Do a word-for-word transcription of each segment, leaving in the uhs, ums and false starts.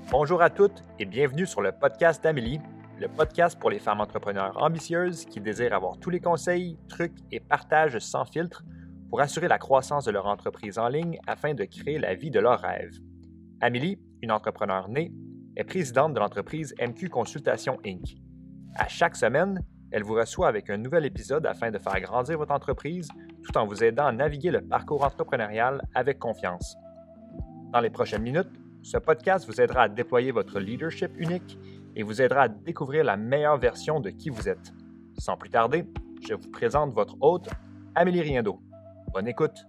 Bonjour à toutes et bienvenue sur le podcast d'Amélie, le podcast pour les femmes entrepreneurs ambitieuses qui désirent avoir tous les conseils, trucs et partages sans filtre pour assurer la croissance de leur entreprise en ligne afin de créer la vie de leurs rêves. Amélie, une entrepreneure née, est présidente de l'entreprise M Q Consultation Incorporée. À chaque semaine, elle vous reçoit avec un nouvel épisode afin de faire grandir votre entreprise tout en vous aidant à naviguer le parcours entrepreneurial avec confiance. Dans les prochaines minutes, ce podcast vous aidera à déployer votre leadership unique et vous aidera à découvrir la meilleure version de qui vous êtes. Sans plus tarder, je vous présente votre hôte, Amélie Riendo. Bonne écoute!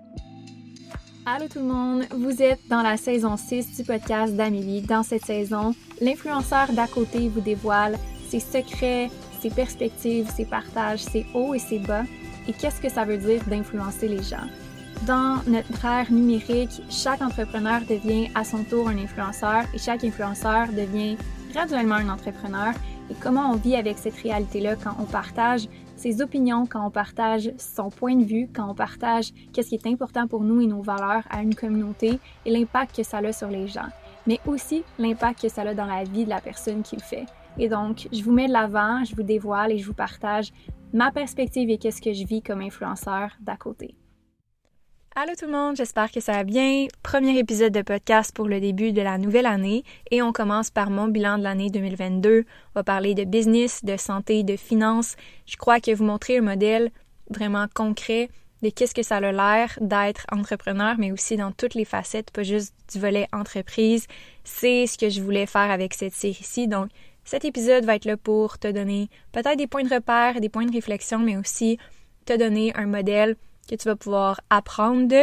Allô tout le monde, vous êtes dans la saison six du podcast d'Amélie. Dans cette saison, l'influenceur d'à côté vous dévoile ses secrets, ses perspectives, ses partages, ses hauts et ses bas, et qu'est-ce que ça veut dire d'influencer les gens. Dans notre ère numérique, chaque entrepreneur devient à son tour un influenceur et chaque influenceur devient graduellement un entrepreneur. Et comment on vit avec cette réalité-là quand on partage ses opinions, quand on partage son point de vue, quand on partage qu'est-ce qui est important pour nous et nos valeurs à une communauté et l'impact que ça a sur les gens, mais aussi l'impact que ça a dans la vie de la personne qui le fait. Et donc, je vous mets de l'avant, je vous dévoile et je vous partage ma perspective et qu'est-ce que je vis comme influenceur d'à côté. Allô tout le monde, j'espère que ça va bien. Premier épisode de podcast pour le début de la nouvelle année et on commence par mon bilan de l'année deux mille vingt-deux. On va parler de business, de santé, de finances. Je crois que vous montrer un modèle vraiment concret de qu'est-ce que ça a l'air d'être entrepreneur, mais aussi dans toutes les facettes, pas juste du volet entreprise. C'est ce que je voulais faire avec cette série-ci. Donc, cet épisode va être là pour te donner peut-être des points de repère, des points de réflexion, mais aussi te donner un modèle que tu vas pouvoir apprendre de,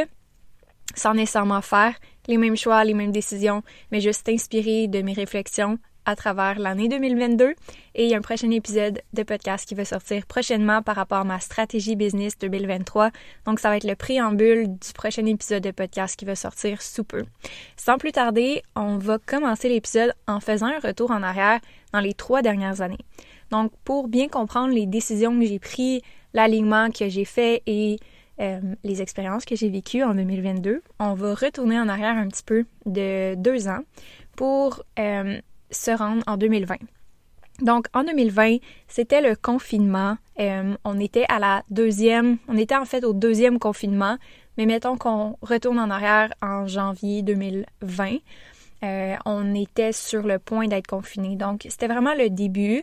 sans nécessairement faire les mêmes choix, les mêmes décisions, mais juste t'inspirer de mes réflexions à travers l'année deux mille vingt-deux. Et il y a un prochain épisode de podcast qui va sortir prochainement par rapport à ma stratégie business deux mille vingt-trois. Donc, ça va être le préambule du prochain épisode de podcast qui va sortir sous peu. Sans plus tarder, on va commencer l'épisode en faisant un retour en arrière dans les trois dernières années. Donc, pour bien comprendre les décisions que j'ai prises, l'alignement que j'ai fait et Euh, les expériences que j'ai vécues en deux mille vingt-deux, on va retourner en arrière un petit peu de deux ans pour euh, se rendre en deux mille vingt. Donc, en deux mille vingt, c'était le confinement. Euh, on était à la deuxième, on était en fait au deuxième confinement, mais mettons qu'on retourne en arrière en janvier deux mille vingt. Euh, on était sur le point d'être confiné. Donc, c'était vraiment le début.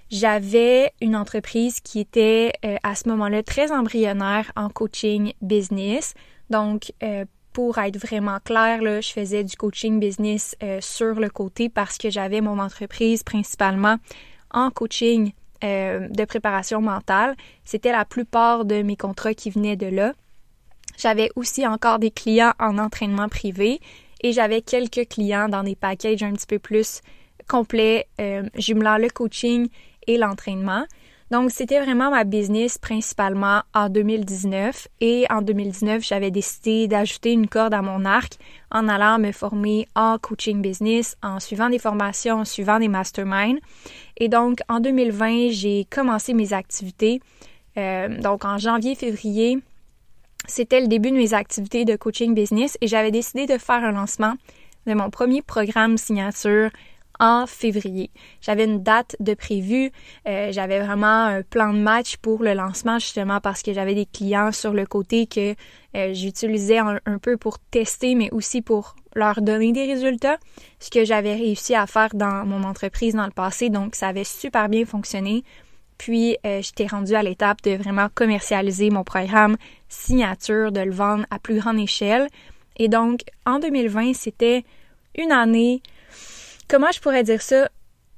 J'avais une entreprise qui était euh, à ce moment-là très embryonnaire en coaching business. Donc, euh, pour être vraiment clair, là, je faisais du coaching business euh, sur le côté parce que j'avais mon entreprise principalement en coaching euh, de préparation mentale. C'était la plupart de mes contrats qui venaient de là. J'avais aussi encore des clients en entraînement privé et j'avais quelques clients dans des packages un petit peu plus complets, euh, jumelant le coaching et l'entraînement. Donc, c'était vraiment ma business principalement en deux mille dix-neuf. Et en deux mille dix-neuf, j'avais décidé d'ajouter une corde à mon arc en allant me former en coaching business, en suivant des formations, en suivant des masterminds. Et donc, en deux mille vingt, j'ai commencé mes activités. Euh, donc, en janvier-février, c'était le début de mes activités de coaching business et j'avais décidé de faire un lancement de mon premier programme signature en février. J'avais une date de prévu, euh, j'avais vraiment un plan de match pour le lancement justement parce que j'avais des clients sur le côté que euh, j'utilisais un, un peu pour tester mais aussi pour leur donner des résultats, ce que j'avais réussi à faire dans mon entreprise dans le passé, donc ça avait super bien fonctionné. Puis euh, j'étais rendue à l'étape de vraiment commercialiser mon programme signature, de le vendre à plus grande échelle. Et donc en deux mille vingt, c'était une année, comment je pourrais dire ça,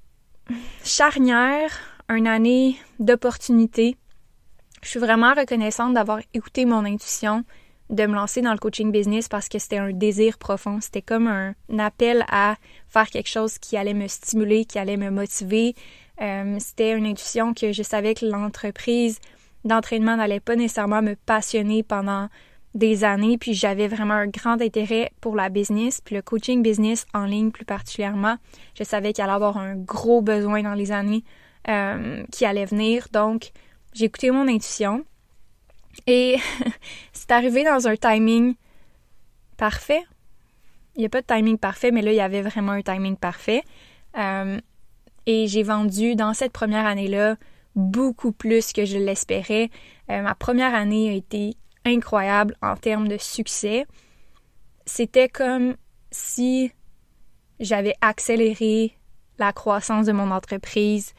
charnière, une année d'opportunités. Je suis vraiment reconnaissante d'avoir écouté mon intuition, de me lancer dans le coaching business parce que c'était un désir profond. C'était comme un appel à faire quelque chose qui allait me stimuler, qui allait me motiver. Euh, c'était une intuition que je savais que l'entreprise d'entraînement n'allait pas nécessairement me passionner pendant des années, puis j'avais vraiment un grand intérêt pour la business, puis le coaching business en ligne plus particulièrement. Je savais qu'il allait avoir un gros besoin dans les années euh, qui allaient venir, donc j'ai écouté mon intuition et c'est arrivé dans un timing parfait. il n'y a pas de timing parfait, mais là, il y avait vraiment un timing parfait. Euh, et j'ai vendu dans cette première année-là beaucoup plus que je l'espérais. Euh, ma première année a été incroyable en termes de succès. C'était comme si j'avais accéléré la croissance de mon entreprise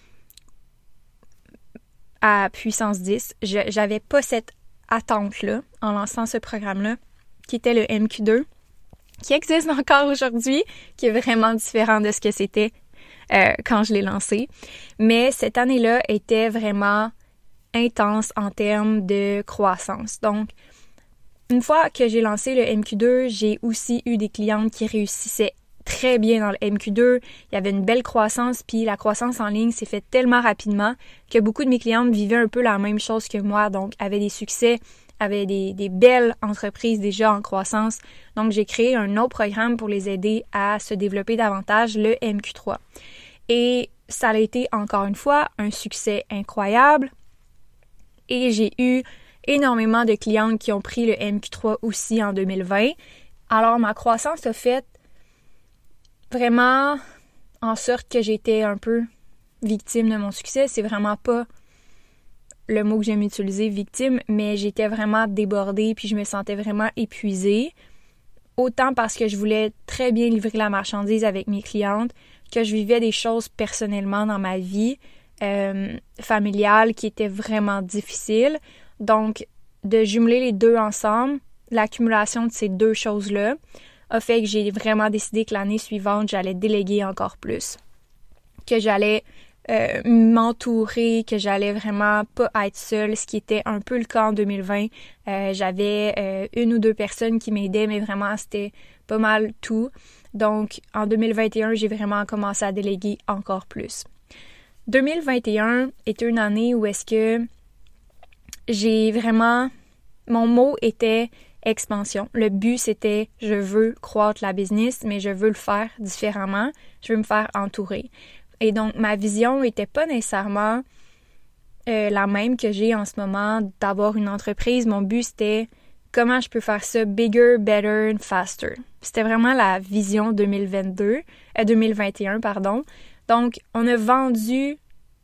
à puissance dix. Je, j'avais pas cette attente-là en lançant ce programme-là, qui était le M Q deux, qui existe encore aujourd'hui, qui est vraiment différent de ce que c'était euh, quand je l'ai lancé. Mais cette année-là était vraiment intense en termes de croissance. Donc, une fois que j'ai lancé le M Q deux, j'ai aussi eu des clientes qui réussissaient très bien dans le M Q deux. Il y avait une belle croissance, puis la croissance en ligne s'est faite tellement rapidement que beaucoup de mes clientes vivaient un peu la même chose que moi, donc avaient des succès, avaient des, des belles entreprises déjà en croissance. Donc, j'ai créé un autre programme pour les aider à se développer davantage, le M Q trois. Et ça a été, encore une fois, un succès incroyable. Et j'ai eu énormément de clientes qui ont pris le M Q trois aussi en deux mille vingt. Alors, ma croissance a fait vraiment en sorte que j'étais un peu victime de mon succès. C'est vraiment pas le mot que j'aime utiliser, victime, mais j'étais vraiment débordée puis je me sentais vraiment épuisée. Autant parce que je voulais très bien livrer la marchandise avec mes clientes, que je vivais des choses personnellement dans ma vie euh, familiale qui étaient vraiment difficiles. Donc, de jumeler les deux ensemble, l'accumulation de ces deux choses-là a fait que j'ai vraiment décidé que l'année suivante, j'allais déléguer encore plus. Que j'allais euh, m'entourer, que j'allais vraiment pas être seule, ce qui était un peu le cas en deux mille vingt. Euh, j'avais euh, une ou deux personnes qui m'aidaient, mais vraiment, c'était pas mal tout. Donc, en deux mille vingt et un, j'ai vraiment commencé à déléguer encore plus. deux mille vingt et un était une année où est-ce que j'ai vraiment... Mon mot était expansion. Le but, c'était je veux croître la business, mais je veux le faire différemment. Je veux me faire entourer. Et donc, ma vision n'était pas nécessairement euh, la même que j'ai en ce moment d'avoir une entreprise. Mon but, c'était comment je peux faire ça bigger, better, faster. C'était vraiment la vision deux mille vingt-deux, euh, deux mille vingt et un, pardon. Donc, on a vendu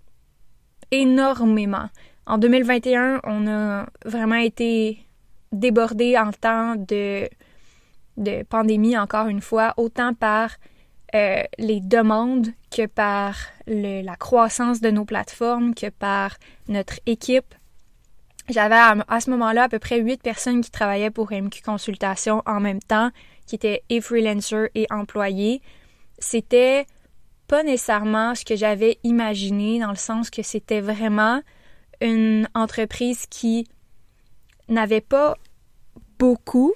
énormément. En deux mille vingt et un, on a vraiment été débordé en temps de, de pandémie, encore une fois, autant par euh, les demandes que par le, la croissance de nos plateformes, que par notre équipe. J'avais à, à ce moment-là à peu près huit personnes qui travaillaient pour M Q Consultation en même temps, qui étaient et freelancers et employés. C'était pas nécessairement ce que j'avais imaginé, dans le sens que c'était vraiment une entreprise qui n'avait pas beaucoup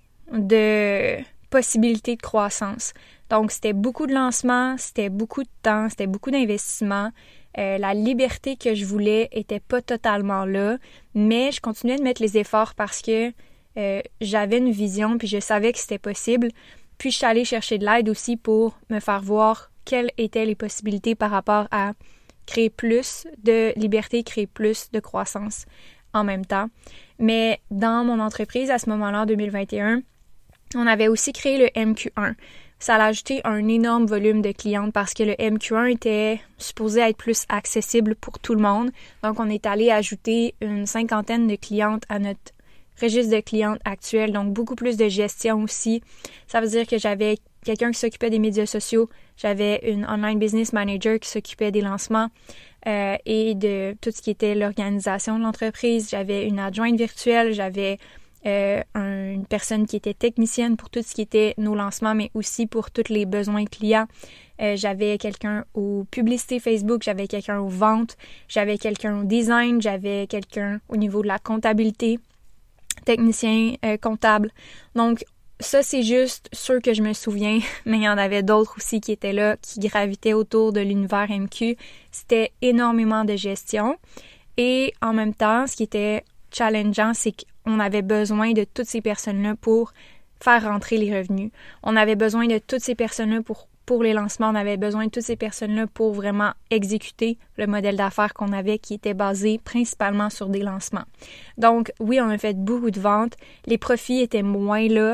de possibilités de croissance. Donc, c'était beaucoup de lancements, c'était beaucoup de temps, c'était beaucoup d'investissement. Euh, la liberté que je voulais était pas totalement là, mais je continuais de mettre les efforts parce que euh, j'avais une vision puis je savais que c'était possible. Puis, je suis allée chercher de l'aide aussi pour me faire voir quelles étaient les possibilités par rapport à créer plus de liberté, créer plus de croissance en même temps. Mais dans mon entreprise, à ce moment-là, en deux mille vingt et un, on avait aussi créé le M Q un. Ça a ajouté un énorme volume de clientes parce que le M Q un était supposé être plus accessible pour tout le monde. Donc, on est allé ajouter une cinquantaine de clientes à notre registre de clientes actuel. Donc, beaucoup plus de gestion aussi. Ça veut dire que j'avais quelqu'un qui s'occupait des médias sociaux. J'avais une online business manager qui s'occupait des lancements euh, et de tout ce qui était l'organisation de l'entreprise. J'avais une adjointe virtuelle. J'avais Euh, un, une personne qui était technicienne pour tout ce qui était nos lancements, mais aussi pour tous les besoins clients. Euh, j'avais quelqu'un aux publicités Facebook, j'avais quelqu'un aux ventes, j'avais quelqu'un au design, j'avais quelqu'un au niveau de la comptabilité, technicien euh, comptable. Donc, ça, c'est juste ceux que je me souviens, mais il y en avait d'autres aussi qui étaient là, qui gravitaient autour de l'univers M Q. C'était énormément de gestion. Et en même temps, ce qui était challengeant, c'est qu'on avait besoin de toutes ces personnes-là pour faire rentrer les revenus. On avait besoin de toutes ces personnes-là pour, pour les lancements. On avait besoin de toutes ces personnes-là pour vraiment exécuter le modèle d'affaires qu'on avait qui était basé principalement sur des lancements. Donc, oui, on a fait beaucoup de ventes. Les profits étaient moins là.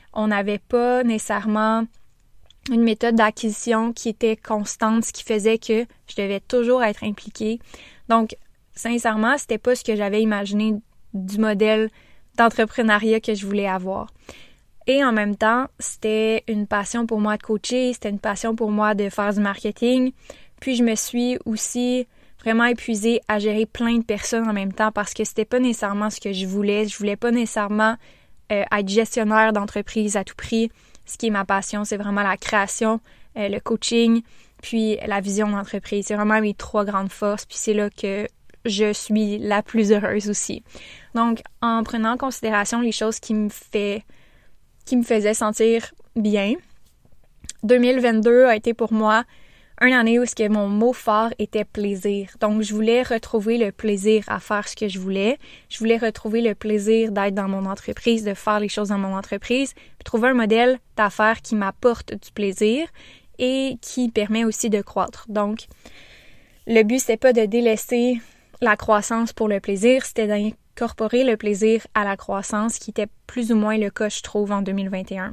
On n'avait pas nécessairement une méthode d'acquisition qui était constante, ce qui faisait que je devais toujours être impliquée. Donc, sincèrement, c'était pas ce que j'avais imaginé du modèle d'entrepreneuriat que je voulais avoir. Et en même temps, c'était une passion pour moi de coacher, c'était une passion pour moi de faire du marketing. Puis je me suis aussi vraiment épuisée à gérer plein de personnes en même temps parce que c'était pas nécessairement ce que je voulais. Je voulais pas nécessairement euh, être gestionnaire d'entreprise à tout prix. Ce qui est ma passion, c'est vraiment la création, euh, le coaching, puis la vision d'entreprise. C'est vraiment mes trois grandes forces, puis c'est là que je suis la plus heureuse aussi. Donc, en prenant en considération les choses qui me fait, qui me faisaient sentir bien, deux mille vingt-deux a été pour moi une année où ce que mon mot fort était plaisir. Donc, je voulais retrouver le plaisir à faire ce que je voulais. Je voulais retrouver le plaisir d'être dans mon entreprise, de faire les choses dans mon entreprise, puis trouver un modèle d'affaires qui m'apporte du plaisir et qui permet aussi de croître. Donc, le but, c'était pas de délaisser la croissance pour le plaisir, c'était d'incorporer le plaisir à la croissance, qui était plus ou moins le cas, je trouve, en deux mille vingt et un.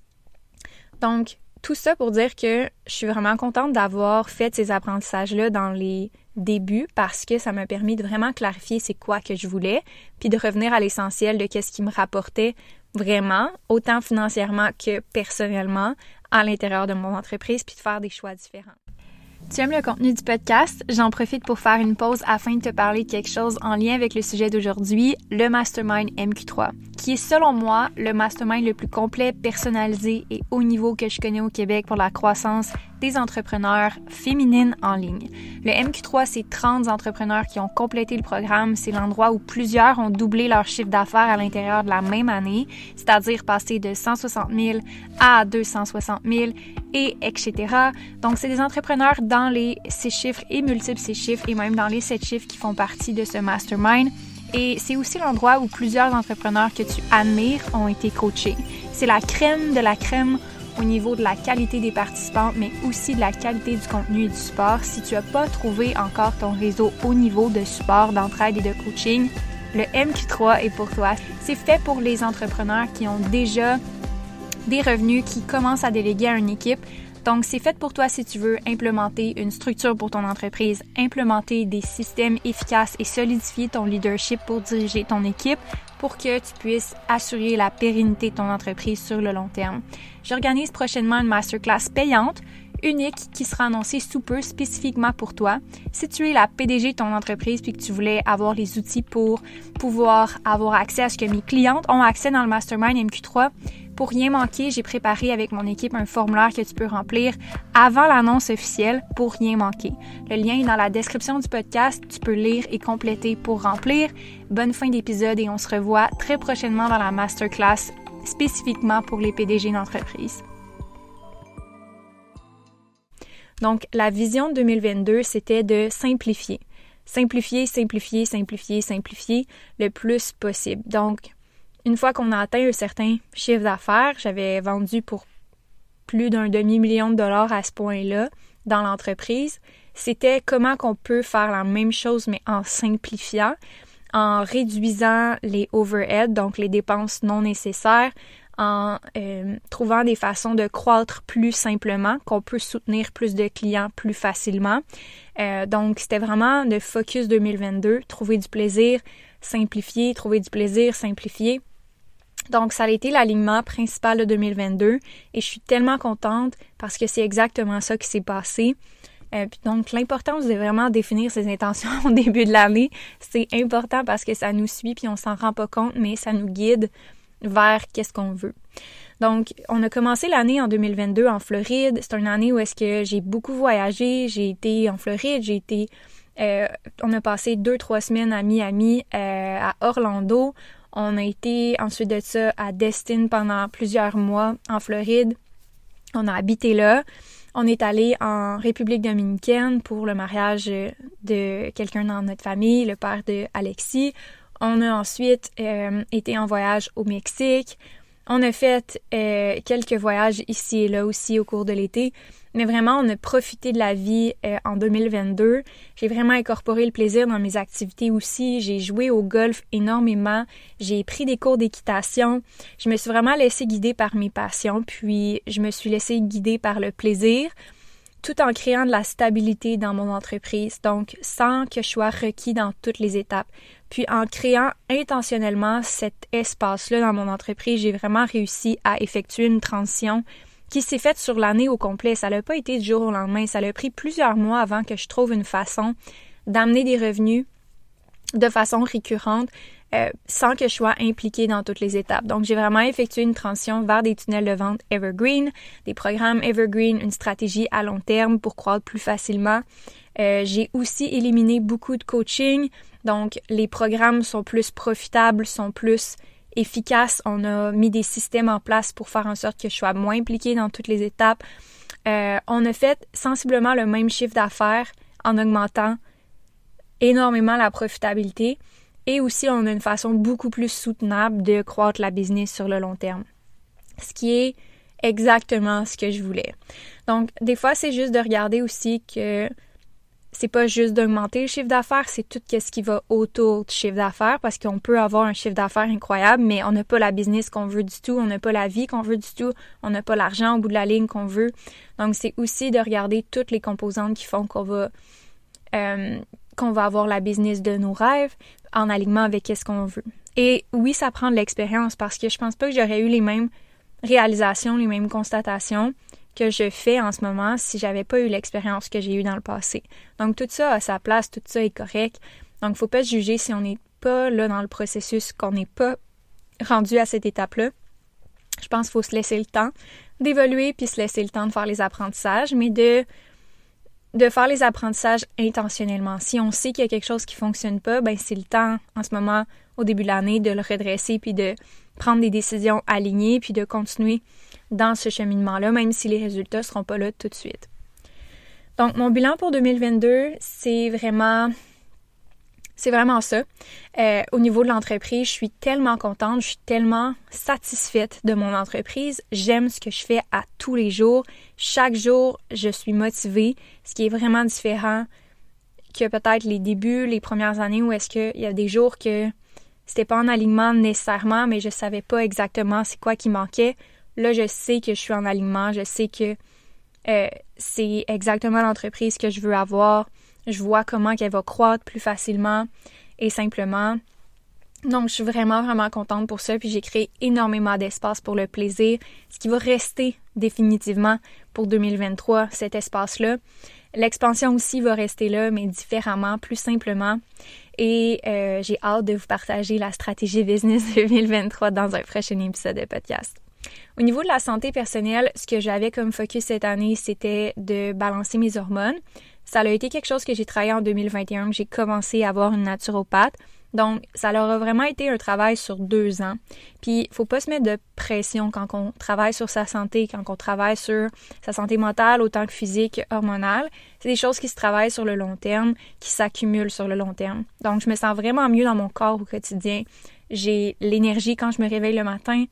Donc, tout ça pour dire que je suis vraiment contente d'avoir fait ces apprentissages-là dans les débuts parce que ça m'a permis de vraiment clarifier c'est quoi que je voulais, puis de revenir à l'essentiel de qu'est-ce qui me rapportait vraiment, autant financièrement que personnellement, à l'intérieur de mon entreprise, puis de faire des choix différents. Tu aimes le contenu du podcast? J'en profite pour faire une pause afin de te parler de quelque chose en lien avec le sujet d'aujourd'hui, le Mastermind M Q trois, qui est selon moi le mastermind le plus complet, personnalisé et haut niveau que je connais au Québec pour la croissance des entrepreneurs féminines en ligne. Le M Q trois, c'est trente entrepreneurs qui ont complété le programme. C'est l'endroit où plusieurs ont doublé leur chiffre d'affaires à l'intérieur de la même année, c'est-à-dire passer de cent soixante mille à deux cent soixante mille et et cetera. Donc, c'est des entrepreneurs dans les six chiffres et multiples six chiffres et même dans les sept chiffres qui font partie de ce mastermind. Et c'est aussi l'endroit où plusieurs entrepreneurs que tu admires ont été coachés. C'est la crème de la crème au niveau de la qualité des participants, mais aussi de la qualité du contenu et du support. Si tu n'as pas trouvé encore ton réseau haut niveau de support, d'entraide et de coaching, le M Q trois est pour toi. C'est fait pour les entrepreneurs qui ont déjà des revenus, qui commencent à déléguer à une équipe. Donc, c'est fait pour toi si tu veux implémenter une structure pour ton entreprise, implémenter des systèmes efficaces et solidifier ton leadership pour diriger ton équipe pour que tu puisses assurer la pérennité de ton entreprise sur le long terme. J'organise prochainement une masterclass payante, unique, qui sera annoncée sous peu spécifiquement pour toi. Si tu es la P D G de ton entreprise puis que tu voulais avoir les outils pour pouvoir avoir accès à ce que mes clientes ont accès dans le Mastermind M Q trois, pour rien manquer, j'ai préparé avec mon équipe un formulaire que tu peux remplir avant l'annonce officielle pour rien manquer. Le lien est dans la description du podcast, tu peux lire et compléter pour remplir. Bonne fin d'épisode et on se revoit très prochainement dans la masterclass spécifiquement pour les P D G d'entreprise. Donc, la vision deux mille vingt-deux, c'était de simplifier. Simplifier, simplifier, simplifier, simplifier le plus possible. Donc, une fois qu'on a atteint un certain chiffre d'affaires, j'avais vendu pour plus d'un demi-million de dollars à ce point-là dans l'entreprise, c'était comment qu'on peut faire la même chose mais en simplifiant, en réduisant les overheads, donc les dépenses non nécessaires, en euh, trouvant des façons de croître plus simplement, qu'on peut soutenir plus de clients plus facilement. Euh, donc, c'était vraiment le focus deux mille vingt-deux, trouver du plaisir, simplifier, trouver du plaisir, simplifier. Donc, ça a été l'alignement principal de deux mille vingt-deux et je suis tellement contente parce que c'est exactement ça qui s'est passé. Euh, puis donc, l'importance de vraiment définir ses intentions au début de l'année, c'est important parce que ça nous suit puis on s'en rend pas compte, mais ça nous guide vers qu'est-ce qu'on veut. Donc, on a commencé l'année en deux mille vingt-deux en Floride. C'est une année où est-ce que j'ai beaucoup voyagé. J'ai été en Floride, j'ai été... Euh, on a passé deux, trois semaines à Miami, euh, à Orlando. On a été ensuite de ça à Destin pendant plusieurs mois en Floride. On a habité là. On est allé en République dominicaine pour le mariage de quelqu'un dans notre famille, le père de Alexis. On a ensuite euh, été en voyage au Mexique. On a fait euh, quelques voyages ici et là aussi au cours de l'été. mais vraiment, on a profité de la vie euh, en deux mille vingt-deux. J'ai vraiment incorporé le plaisir dans mes activités aussi. J'ai joué au golf énormément. J'ai pris des cours d'équitation. Je me suis vraiment laissée guider par mes passions, puis je me suis laissée guider par le plaisir, tout en créant de la stabilité dans mon entreprise, donc sans que je sois requis dans toutes les étapes. Puis en créant intentionnellement cet espace-là dans mon entreprise, j'ai vraiment réussi à effectuer une transition qui s'est faite sur l'année au complet. Ça n'a pas été du jour au lendemain. Ça a pris plusieurs mois avant que je trouve une façon d'amener des revenus de façon récurrente euh, sans que je sois impliquée dans toutes les étapes. Donc, j'ai vraiment effectué une transition vers des tunnels de vente evergreen, des programmes evergreen, une stratégie à long terme pour croître plus facilement. Euh, j'ai aussi éliminé beaucoup de coaching. Donc, les programmes sont plus profitables, sont plus efficaces. On a mis des systèmes en place pour faire en sorte que je sois moins impliquée dans toutes les étapes. Euh, on a fait sensiblement le même chiffre d'affaires en augmentant énormément la profitabilité. Et aussi, on a une façon beaucoup plus soutenable de croître la business sur le long terme. Ce qui est exactement ce que je voulais. Donc, des fois, c'est juste de regarder aussi que c'est pas juste d'augmenter le chiffre d'affaires, c'est tout ce qui va autour du chiffre d'affaires, parce qu'on peut avoir un chiffre d'affaires incroyable, mais on n'a pas la business qu'on veut du tout, on n'a pas la vie qu'on veut du tout, on n'a pas l'argent au bout de la ligne qu'on veut. Donc, c'est aussi de regarder toutes les composantes qui font qu'on va euh, qu'on va avoir la business de nos rêves en alignement avec ce qu'on veut. Et oui, ça prend de l'expérience, parce que je pense pas que j'aurais eu les mêmes réalisations, les mêmes constatations que je fais en ce moment si j'avais pas eu l'expérience que j'ai eue dans le passé. Donc, tout ça a sa place, tout ça est correct. Donc, faut pas se juger si on n'est pas là dans le processus, qu'on n'est pas rendu à cette étape-là. Je pense qu'il faut se laisser le temps d'évoluer puis se laisser le temps de faire les apprentissages, mais de, de faire les apprentissages intentionnellement. Si on sait qu'il y a quelque chose qui fonctionne pas, ben c'est le temps, en ce moment, au début de l'année, de le redresser puis de prendre des décisions alignées puis de continuer dans ce cheminement-là, même si les résultats ne seront pas là tout de suite. Donc, mon bilan pour deux mille vingt-deux, c'est vraiment, c'est vraiment ça. Euh, au niveau de l'entreprise, je suis tellement contente, je suis tellement satisfaite de mon entreprise. J'aime ce que je fais à tous les jours. Chaque jour, je suis motivée, ce qui est vraiment différent que peut-être les débuts, les premières années où est-ce qu'il y a des jours que c'était pas en alignement nécessairement, mais je savais pas exactement c'est quoi qui manquait. Là, je sais que je suis en alignement, je sais que euh, c'est exactement l'entreprise que je veux avoir. Je vois comment qu'elle va croître plus facilement et simplement. Donc, je suis vraiment, vraiment contente pour ça. Puis, j'ai créé énormément d'espace pour le plaisir, ce qui va rester définitivement pour deux mille vingt-trois, cet espace-là. L'expansion aussi va rester là, mais différemment, plus simplement. Et euh, j'ai hâte de vous partager la stratégie business deux mille vingt-trois dans un prochain épisode de podcast. Au niveau de la santé personnelle, ce que j'avais comme focus cette année, c'était de balancer mes hormones. Ça a été quelque chose que j'ai travaillé en deux mille vingt et un, que j'ai commencé à avoir une naturopathe. Donc, ça leur a vraiment été un travail sur deux ans. Puis, il faut pas se mettre de pression quand on travaille sur sa santé, quand on travaille sur sa santé mentale autant que physique, hormonale. C'est des choses qui se travaillent sur le long terme, qui s'accumulent sur le long terme. Donc, je me sens vraiment mieux dans mon corps au quotidien. J'ai l'énergie quand je me réveille le matin.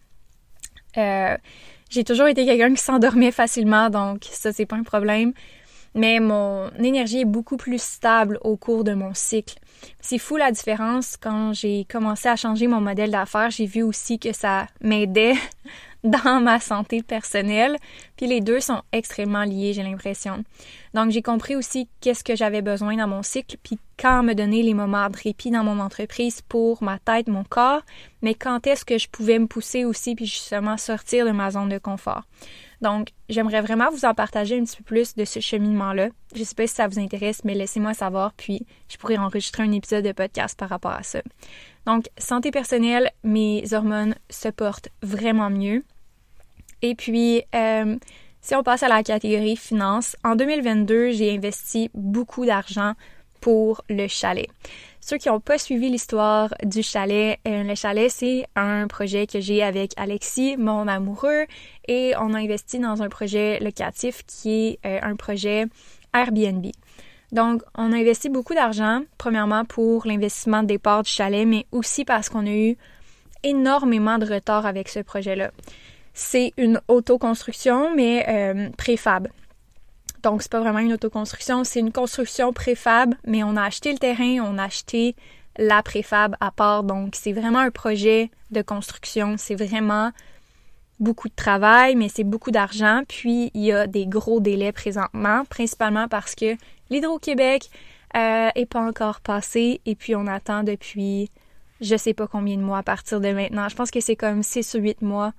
Euh, j'ai toujours été quelqu'un qui s'endormait facilement, donc ça, c'est pas un problème. Mais mon énergie est beaucoup plus stable au cours de mon cycle. C'est fou la différence. Quand j'ai commencé à changer mon modèle d'affaires, j'ai vu aussi que ça m'aidait dans ma santé personnelle. Puis les deux sont extrêmement liés, j'ai l'impression. Donc j'ai compris aussi qu'est-ce que j'avais besoin dans mon cycle, puis quand me donner les moments de répit dans mon entreprise pour ma tête, mon corps, mais quand est-ce que je pouvais me pousser aussi, puis justement sortir de ma zone de confort. Donc, j'aimerais vraiment vous en partager un petit peu plus de ce cheminement-là. Je ne sais pas si ça vous intéresse, mais laissez-moi savoir, puis je pourrais enregistrer un épisode de podcast par rapport à ça. Donc, santé personnelle, mes hormones se portent vraiment mieux. Et puis, euh, si on passe à la catégorie finance, en deux mille vingt-deux, j'ai investi beaucoup d'argent pour le chalet. Ceux qui n'ont pas suivi l'histoire du chalet, euh, le chalet, c'est un projet que j'ai avec Alexis, mon amoureux, et on a investi dans un projet locatif qui est euh, un projet Airbnb. Donc, on a investi beaucoup d'argent, premièrement pour l'investissement de départ du chalet, mais aussi parce qu'on a eu énormément de retard avec ce projet-là. C'est une autoconstruction, mais euh, préfab. Donc, c'est pas vraiment une autoconstruction, c'est une construction préfab, mais on a acheté le terrain, on a acheté la préfab à part. Donc, c'est vraiment un projet de construction. C'est vraiment beaucoup de travail, mais c'est beaucoup d'argent. Puis, il y a des gros délais présentement, principalement parce que l'Hydro-Québec euh, est pas encore passé. Et puis, on attend depuis je sais pas combien de mois à partir de maintenant. Je pense que c'est comme six ou huit mois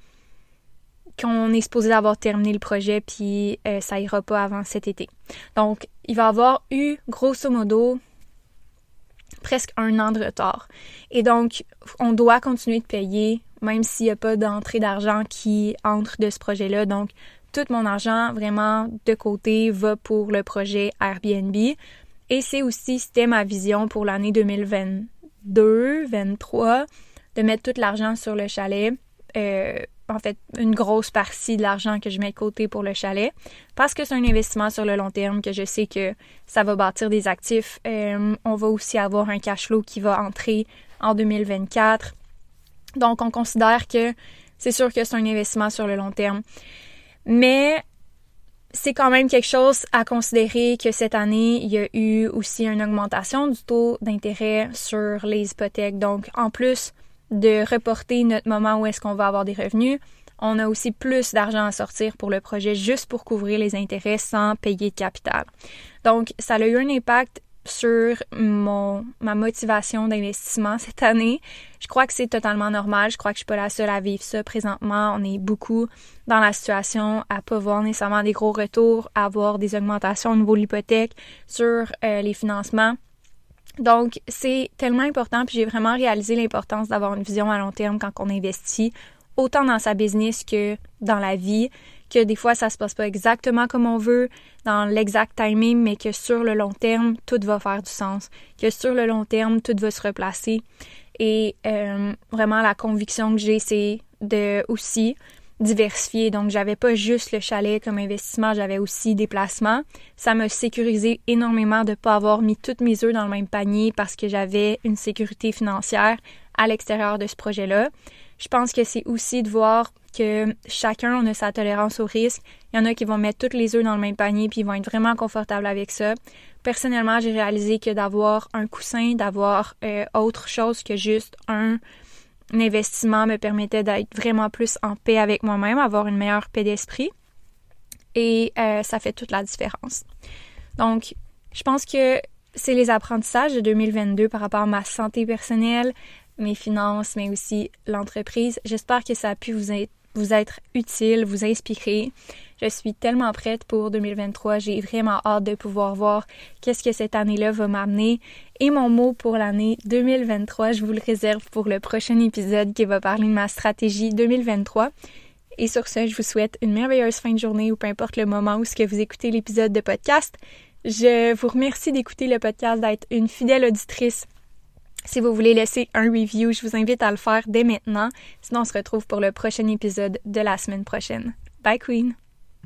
qu'on est supposé avoir terminé le projet, puis euh, ça ira pas avant cet été. Donc, il va y avoir eu, grosso modo, presque un an de retard. Et donc, on doit continuer de payer, même s'il n'y a pas d'entrée d'argent qui entre de ce projet-là. Donc, tout mon argent, vraiment, de côté, va pour le projet Airbnb. Et c'est aussi, c'était ma vision pour l'année deux mille vingt-deux vingt-trois, de mettre tout l'argent sur le chalet. Euh, en fait, une grosse partie de l'argent que je mets de côté pour le chalet, parce que c'est un investissement sur le long terme, que je sais que ça va bâtir des actifs. Euh, on va aussi avoir un cash flow qui va entrer en deux mille vingt-quatre. Donc, on considère que c'est sûr que c'est un investissement sur le long terme. Mais c'est quand même quelque chose à considérer que cette année, il y a eu aussi une augmentation du taux d'intérêt sur les hypothèques. Donc, en plus de reporter notre moment où est-ce qu'on va avoir des revenus, on a aussi plus d'argent à sortir pour le projet juste pour couvrir les intérêts sans payer de capital. Donc, ça a eu un impact sur mon ma motivation d'investissement cette année. Je crois que c'est totalement normal. Je crois que je suis pas la seule à vivre ça présentement. On est beaucoup dans la situation à pas voir nécessairement des gros retours, à avoir des augmentations au niveau de l'hypothèque sur euh, les financements. Donc, c'est tellement important, puis j'ai vraiment réalisé l'importance d'avoir une vision à long terme quand on investit, autant dans sa business que dans la vie, que des fois, ça se passe pas exactement comme on veut, dans l'exact timing, mais que sur le long terme, tout va faire du sens, que sur le long terme, tout va se replacer. Et euh, vraiment, la conviction que j'ai, c'est de aussi diversifier. Donc, j'avais pas juste le chalet comme investissement, j'avais aussi des placements. Ça m'a sécurisé énormément de ne pas avoir mis toutes mes œufs dans le même panier parce que j'avais une sécurité financière à l'extérieur de ce projet-là. Je pense que c'est aussi de voir que chacun on a sa tolérance au risque. Il y en a qui vont mettre tous les œufs dans le même panier puis ils vont être vraiment confortables avec ça. Personnellement, j'ai réalisé que d'avoir un coussin, d'avoir euh, autre chose que juste un Un investissement me permettait d'être vraiment plus en paix avec moi-même, avoir une meilleure paix d'esprit. Et euh, ça fait toute la différence. Donc, je pense que c'est les apprentissages de deux mille vingt-deux par rapport à ma santé personnelle, mes finances, mais aussi l'entreprise. J'espère que ça a pu vous être, vous être utile, vous inspirer. Je suis tellement prête pour deux mille vingt-trois. J'ai vraiment hâte de pouvoir voir qu'est-ce que cette année-là va m'amener. Et mon mot pour l'année deux mille vingt-trois, je vous le réserve pour le prochain épisode qui va parler de ma stratégie deux mille vingt-trois. Et sur ce, je vous souhaite une merveilleuse fin de journée ou peu importe le moment où ce que vous écoutez l'épisode de podcast. Je vous remercie d'écouter le podcast, d'être une fidèle auditrice. Si vous voulez laisser un review, je vous invite à le faire dès maintenant. Sinon, on se retrouve pour le prochain épisode de la semaine prochaine. Bye Queen!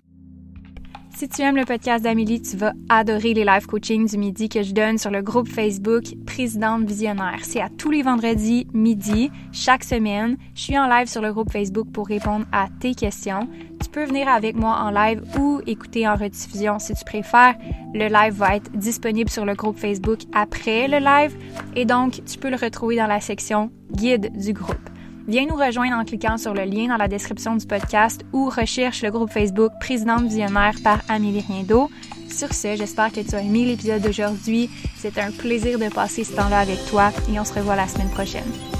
Si tu aimes le podcast d'Amélie, tu vas adorer les live coaching du midi que je donne sur le groupe Facebook Présidente Visionnaire. C'est à tous les vendredis midi, chaque semaine. Je suis en live sur le groupe Facebook pour répondre à tes questions. Tu peux venir avec moi en live ou écouter en rediffusion si tu préfères. Le live va être disponible sur le groupe Facebook après le live et donc tu peux le retrouver dans la section guide du groupe. Viens nous rejoindre en cliquant sur le lien dans la description du podcast ou recherche le groupe Facebook Présidente Visionnaire par Amélie Riendo. Sur ce, j'espère que tu as aimé l'épisode d'aujourd'hui. C'est un plaisir de passer ce temps-là avec toi et on se revoit la semaine prochaine.